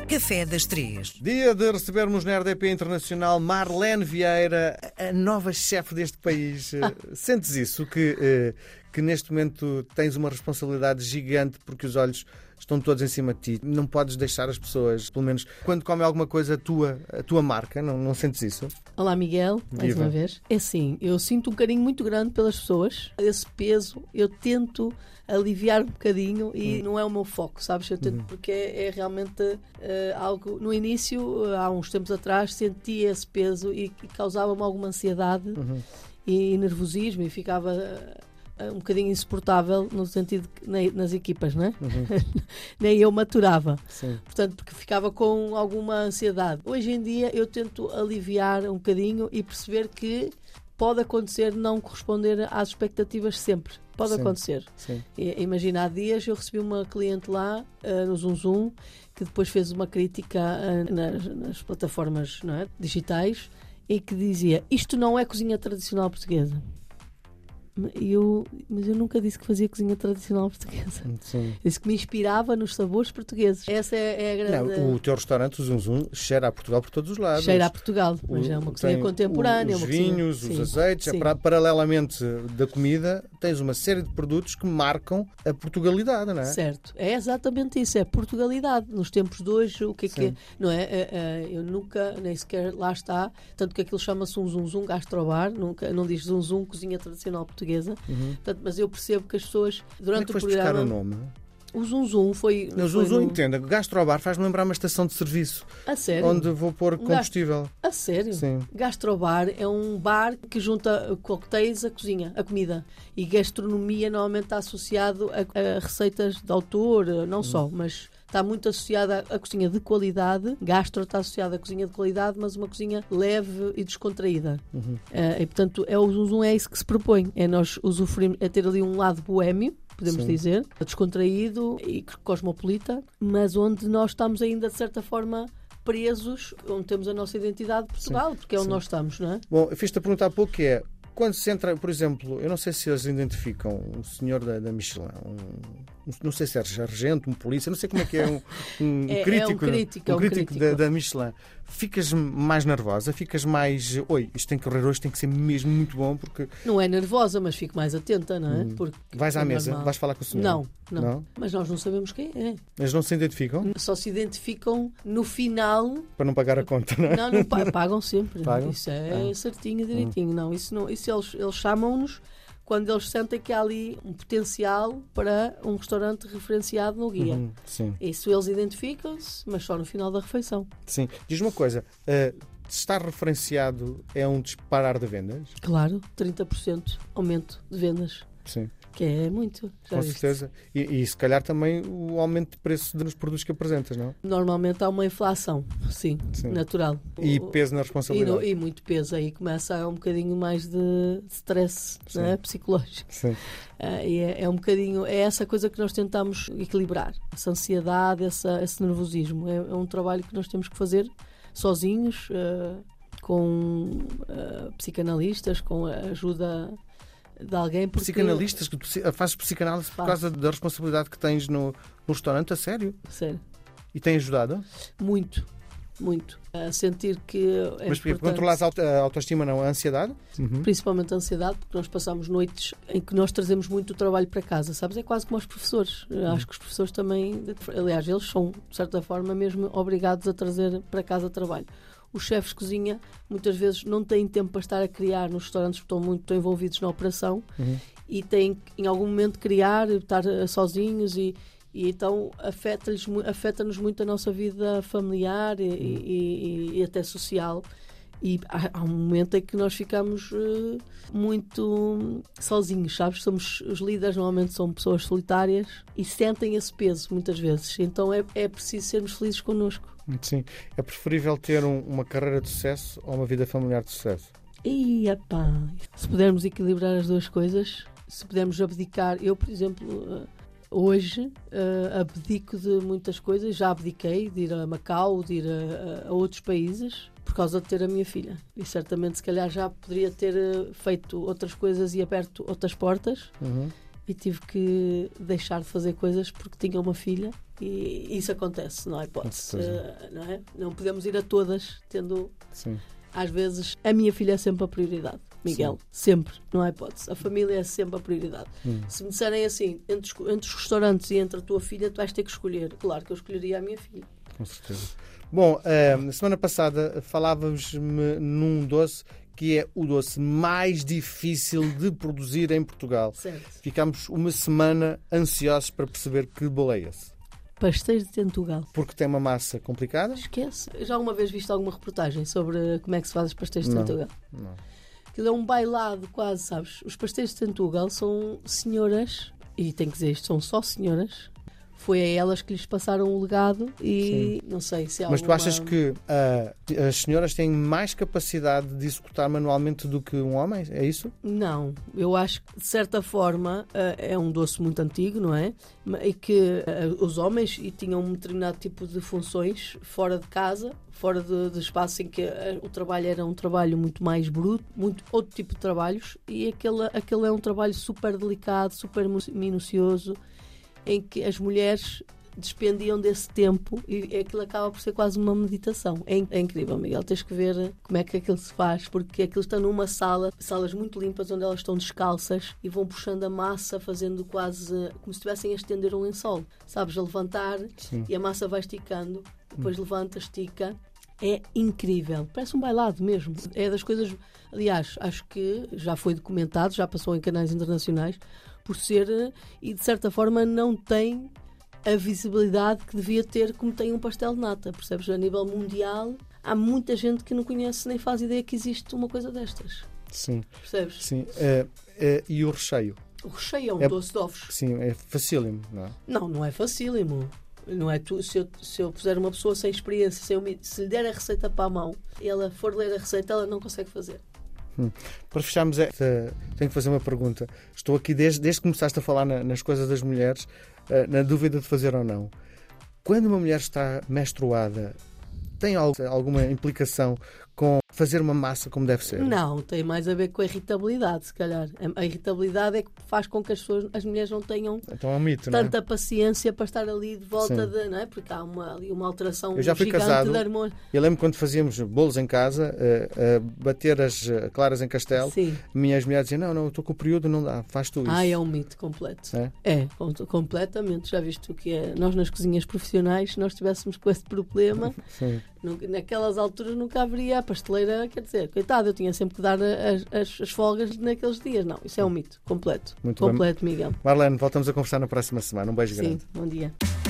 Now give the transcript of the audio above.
Café das Três. Dia de recebermos na RDP Internacional Marlene Vieira, a nova chefe deste país. Sentes isso? Que neste momento tens uma responsabilidade gigante porque os olhos estão todos em cima de ti. Não podes deixar as pessoas, pelo menos quando comem alguma coisa, a tua marca. Não sentes isso? Olá, Miguel, mais Viva. uma vez. É assim, eu sinto um carinho muito grande pelas pessoas. Esse peso eu tento aliviar um bocadinho e não é o meu foco, sabes? Eu tento porque é realmente algo... No início, há uns tempos atrás, sentia esse peso e causava-me alguma ansiedade e nervosismo e ficava... um bocadinho insuportável no sentido que nas equipas, não é? Nem eu maturava. Sim. Portanto, porque ficava com alguma ansiedade. Hoje em dia eu tento aliviar um bocadinho e perceber que pode acontecer não corresponder às expectativas sempre. Pode acontecer. Sim. Imagina, há dias eu recebi uma cliente lá no Zoom Zoom que depois fez uma crítica nas plataformas, não é, digitais e que dizia: isto não é cozinha tradicional portuguesa. Mas eu nunca disse que fazia cozinha tradicional portuguesa. Sim. Disse que me inspirava nos sabores portugueses. Essa é a grande... Não, o teu restaurante, o Zum Zum, cheira a Portugal por todos os lados. Cheira a Portugal, mas é uma cozinha contemporânea. Os uma vinhos, cozinha... os azeites, paralelamente da comida, tens uma série de produtos que marcam a Portugalidade, não é? Certo, é exatamente isso, é Portugalidade. Nos tempos de hoje, o que é que é? Não é? Eu nunca, nem sequer lá está, tanto que aquilo chama-se um Zum Zum gastrobar, nunca, não diz Zum Zum cozinha tradicional portuguesa. Portanto, mas eu percebo que as pessoas durante Como é que o programa... buscar o nome? O Zum Zum foi... O Zum Zum, entenda, gastrobar faz-me lembrar uma estação de serviço. A sério? Onde vou pôr combustível. A sério? Sim. Gastrobar é um bar que junta coquetéis à cozinha, a comida. E gastronomia normalmente está associado a receitas de autor, não só, mas... Está muito associada à cozinha de qualidade. Gastro está associada à cozinha de qualidade, mas uma cozinha leve e descontraída. E, portanto, o Zum Zum é isso que se propõe. É nós usufruirmos, é ter ali um lado boémio, podemos dizer, descontraído e cosmopolita, mas onde nós estamos ainda, de certa forma, presos, onde temos a nossa identidade de Portugal, porque é onde nós estamos, não é? Bom, eu fiz-te a perguntar há pouco que é, quando se entra, por exemplo, eu não sei se eles identificam um senhor da Michelin, não sei se é regente, um polícia, não sei como é que é, um crítico da Michelin. Ficas mais nervosa? Ficas mais... Oi, isto tem que correr hoje, tem que ser mesmo muito bom, porque... Não é nervosa, mas fico mais atenta, não é? Porque vais à mesa? Vais falar com o senhor? Não. Mas nós não sabemos quem é. Eles não se identificam? Só se identificam no final... Para não pagar a conta, não é? Não pagam sempre. Pagam? Isso é certinho, direitinho. Não, isso eles chamam-nos quando eles sentem que há ali um potencial para um restaurante referenciado no guia. Sim. Isso eles identificam-se, mas só no final da refeição. Sim. Diz-me uma coisa, estar referenciado é um disparar de vendas? Claro, 30% aumento de vendas. Sim. Que é muito. Com certeza. E se calhar também o aumento de preço dos produtos que apresentas, não? Normalmente há uma inflação, sim. Natural. E peso na responsabilidade. E muito peso. Aí começa um bocadinho mais de stress, não é? Psicológico. Sim. E é um bocadinho... É essa coisa que nós tentamos equilibrar. Essa ansiedade, esse nervosismo. É um trabalho que nós temos que fazer sozinhos, com psicanalistas, com a ajuda... de alguém porque... Psicanalistas? Que fazes psicanálise por causa da responsabilidade que tens no restaurante? A sério? Sério. E tem ajudado? Muito. A sentir que é Mas importante... controlas a autoestima, não a ansiedade? Principalmente a ansiedade, porque nós passamos noites em que nós trazemos muito o trabalho para casa, sabes? É quase como os professores. Acho que os professores também... Aliás, eles são, de certa forma, mesmo obrigados a trazer para casa trabalho. Os chefes de cozinha muitas vezes não têm tempo para estar a criar nos restaurantes porque estão envolvidos na operação e têm em algum momento criar, estar sozinhos e então afeta-nos muito a nossa vida familiar e até social. E há um momento em que nós ficamos muito sozinhos, sabes? Os líderes normalmente são pessoas solitárias e sentem esse peso muitas vezes. Então é preciso sermos felizes connosco. Sim. É preferível ter uma carreira de sucesso ou uma vida familiar de sucesso? Se pudermos equilibrar as duas coisas, se pudermos abdicar... Eu, por exemplo... Hoje abdico de muitas coisas, já abdiquei de ir a Macau, de ir a outros países por causa de ter a minha filha. E certamente se calhar já poderia ter feito outras coisas e aberto outras portas e tive que deixar de fazer coisas porque tinha uma filha E isso acontece, não há hipótese. Com certeza. Não é? Não podemos ir a todas, tendo... Sim. Às vezes, a minha filha é sempre a prioridade, Miguel. Sim. Sempre, não há hipótese. A família é sempre a prioridade. Se me disserem assim, entre os restaurantes e entre a tua filha, tu vais ter que escolher. Claro que eu escolheria a minha filha. Com certeza. Bom, na semana passada falávamos-me num doce que é o doce mais difícil de produzir em Portugal. Certo. Ficámos uma semana ansiosos para perceber que bolo é esse. Pastéis de Tentugal. Porque tem uma massa complicada? Esquece. Já alguma vez viste alguma reportagem sobre como é que se faz os pastéis de Não. Tentugal? Não. Aquilo é um bailado quase, sabes? Os pastéis de Tentugal são senhoras, e tenho que dizer isto, são só senhoras. Foi a elas que lhes passaram o legado e não sei se há Mas tu alguma... achas que as senhoras têm mais capacidade de executar manualmente do que um homem? É isso? Não, eu acho que de certa forma é um doce muito antigo, não é? E que os homens tinham um determinado tipo de funções fora de casa, fora de espaço em que o trabalho era um trabalho muito mais bruto, muito outro tipo de trabalhos, e aquele é um trabalho super delicado, super minucioso, em que as mulheres despendiam desse tempo e aquilo acaba por ser quase uma meditação. É incrível, Miguel. Tens que ver como é que aquilo se faz, porque aquilo está numa salas muito limpas, onde elas estão descalças e vão puxando a massa, fazendo quase como se estivessem a estender um lençol. Sabes, a levantar. Sim. E a massa vai esticando, depois levanta, estica. É incrível. Parece um bailado mesmo. É das coisas... Aliás, acho que já foi documentado, já passou em canais internacionais, por ser... E, de certa forma, não tem a visibilidade que devia ter como tem um pastel de nata. Percebes? A nível mundial, há muita gente que não conhece nem faz ideia que existe uma coisa destas. Sim. Percebes? Sim. E o recheio? O recheio é um doce de ovos. Sim, é facílimo, não é? Não é facílimo. Não é tu, se eu puser uma pessoa sem experiência, se lhe der a receita para a mão, ela for ler a receita, ela não consegue fazer. Para fecharmos, tenho que fazer uma pergunta. Estou aqui desde que começaste a falar nas coisas das mulheres, na dúvida de fazer ou não. Quando uma mulher está menstruada, tem alguma implicação com fazer uma massa como deve ser? Não, tem mais a ver com a irritabilidade, se calhar. A irritabilidade é que faz com que as mulheres não tenham Então é um mito, tanta paciência para estar ali de volta Sim. de... Não é? Porque há ali uma alteração Eu já fui gigante casado. de hormônios. Eu lembro quando fazíamos bolos em casa, bater as claras em castelo, Sim. minhas mulheres diziam, não, estou com o período, não dá, faz tu isso. É um mito completo. Completamente. Já viste o que é? Nós nas cozinhas profissionais, se nós estivéssemos com esse problema, naquelas alturas nunca haveria a pasteleira, quer dizer, coitado, eu tinha sempre que dar as folgas naqueles dias. Não, isso é um mito completo. Muito completo, bem. Miguel. Marlene, voltamos a conversar na próxima semana. Um beijo grande. Sim, bom dia.